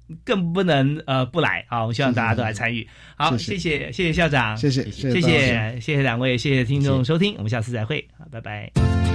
更不能呃不来啊！我希望大家都来参与。好，谢谢谢谢校长， 谢谢谢谢谢谢两位，谢谢听众收听，我们下次再会，好，拜拜。